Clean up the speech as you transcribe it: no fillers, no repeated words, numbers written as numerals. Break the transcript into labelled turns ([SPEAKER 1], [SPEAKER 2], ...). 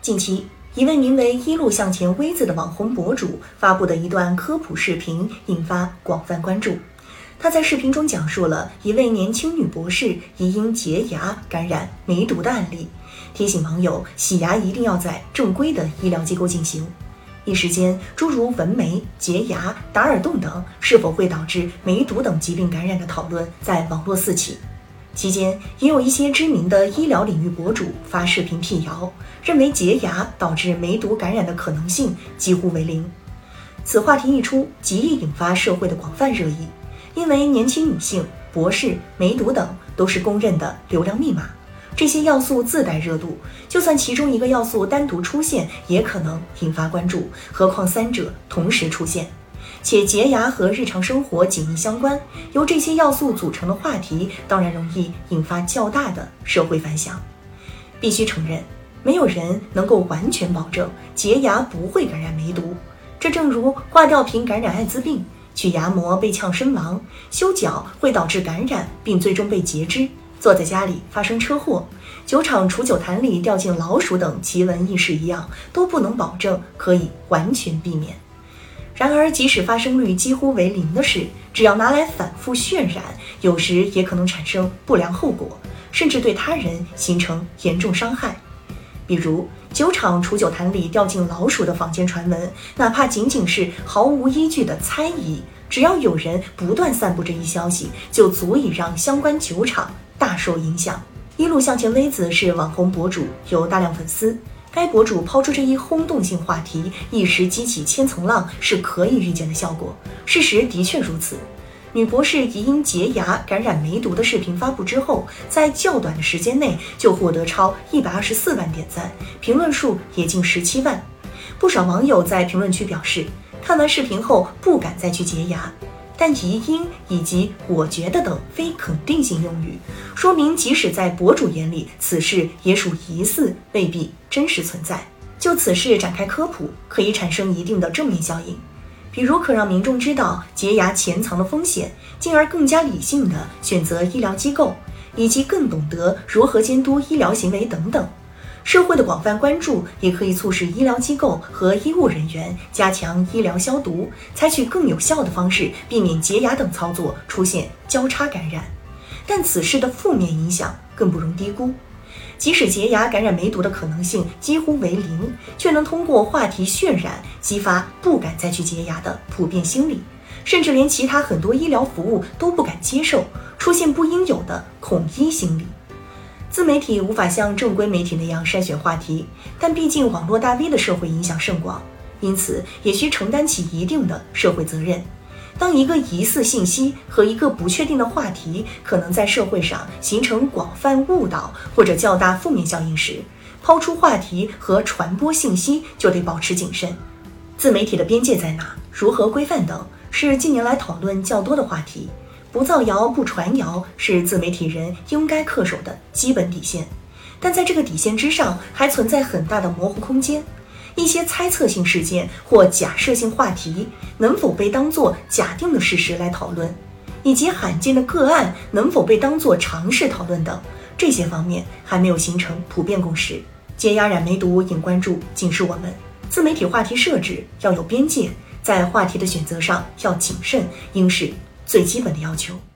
[SPEAKER 1] 近期，一位名为“一路向前微子”的网红博主发布的一段科普视频引发广泛关注。他在视频中讲述了一位年轻女博士疑因洁牙感染梅毒的案例，提醒网友洗牙一定要在正规的医疗机构进行。一时间，诸如纹眉、洁牙、打耳洞等是否会导致梅毒等疾病感染的讨论在网络四起。期间，也有一些知名的医疗领域博主发视频辟谣，认为洁牙导致梅毒感染的可能性几乎为零。此话题一出，极易引发社会的广泛热议，因为年轻女性、博士、梅毒等都是公认的流量密码，这些要素自带热度，就算其中一个要素单独出现，也可能引发关注，何况三者同时出现。且洁牙和日常生活紧密相关，由这些要素组成的话题当然容易引发较大的社会反响。必须承认，没有人能够完全保证洁牙不会感染梅毒，这正如挂吊瓶感染艾滋病，取牙膜被呛身亡，修脚会导致感染并最终被截肢，坐在家里发生车祸，酒厂储酒坛里掉进老鼠等奇闻异事一样，都不能保证可以完全避免。然而，即使发生率几乎为零的事，只要拿来反复渲染，有时也可能产生不良后果，甚至对他人形成严重伤害。比如，酒厂储酒坛里掉进老鼠的坊间传闻，哪怕仅仅是毫无依据的猜疑，只要有人不断散布这一消息，就足以让相关酒厂大受影响。一路向前微子是网红博主，有大量粉丝。该博主抛出这一轰动性话题，一时激起千层浪，是可以预见的效果。事实的确如此。女博士疑因洁牙感染梅毒的视频发布之后，在较短的时间内就获得超124万点赞，评论数也近17万。不少网友在评论区表示，看完视频后不敢再去洁牙。但疑因以及我觉得等非肯定性用语，说明即使在博主眼里，此事也属疑似，未必真实存在。就此事展开科普，可以产生一定的正面效应，比如可让民众知道洁牙潜藏的风险，进而更加理性地选择医疗机构，以及更懂得如何监督医疗行为等等。社会的广泛关注也可以促使医疗机构和医务人员加强医疗消毒，采取更有效的方式，避免洁牙等操作出现交叉感染。但此事的负面影响更不容低估。即使洁牙感染梅毒的可能性几乎为零，却能通过话题渲染，激发不敢再去洁牙的普遍心理，甚至连其他很多医疗服务都不敢接受，出现不应有的恐医心理。自媒体无法像正规媒体那样筛选话题，但毕竟网络大 V 的社会影响甚广，因此也需承担起一定的社会责任。当一个疑似信息和一个不确定的话题可能在社会上形成广泛误导或者较大负面效应时，抛出话题和传播信息就得保持谨慎。自媒体的边界在哪？如何规范等，是近年来讨论较多的话题。不造谣、不传谣是自媒体人应该恪守的基本底线，但在这个底线之上，还存在很大的模糊空间。一些猜测性事件或假设性话题能否被当作假定的事实来讨论，以及罕见的个案能否被当作常识讨论等，这些方面还没有形成普遍共识。洁牙染梅毒引关注，警示我们自媒体话题设置要有边界，在话题的选择上要谨慎，应是最基本的要求。